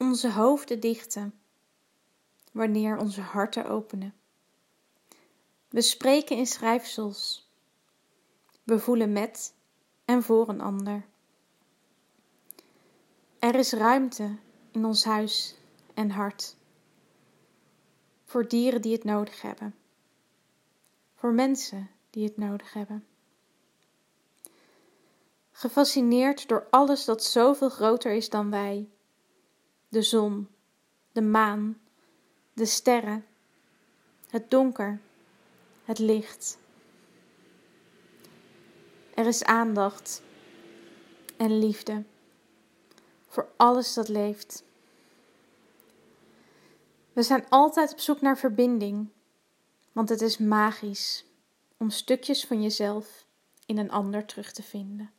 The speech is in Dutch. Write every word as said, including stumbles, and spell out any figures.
onze hoofden dichten, wanneer onze harten openen. We spreken in schrijfsels. We voelen met en voor een ander. Er is ruimte in ons huis en hart. Voor dieren die het nodig hebben. Voor mensen die het nodig hebben. Gefascineerd door alles dat zoveel groter is dan wij. De zon, de maan, de sterren, het donker, het licht. Er is aandacht en liefde voor alles dat leeft. We zijn altijd op zoek naar verbinding, want het is magisch om stukjes van jezelf in een ander terug te vinden.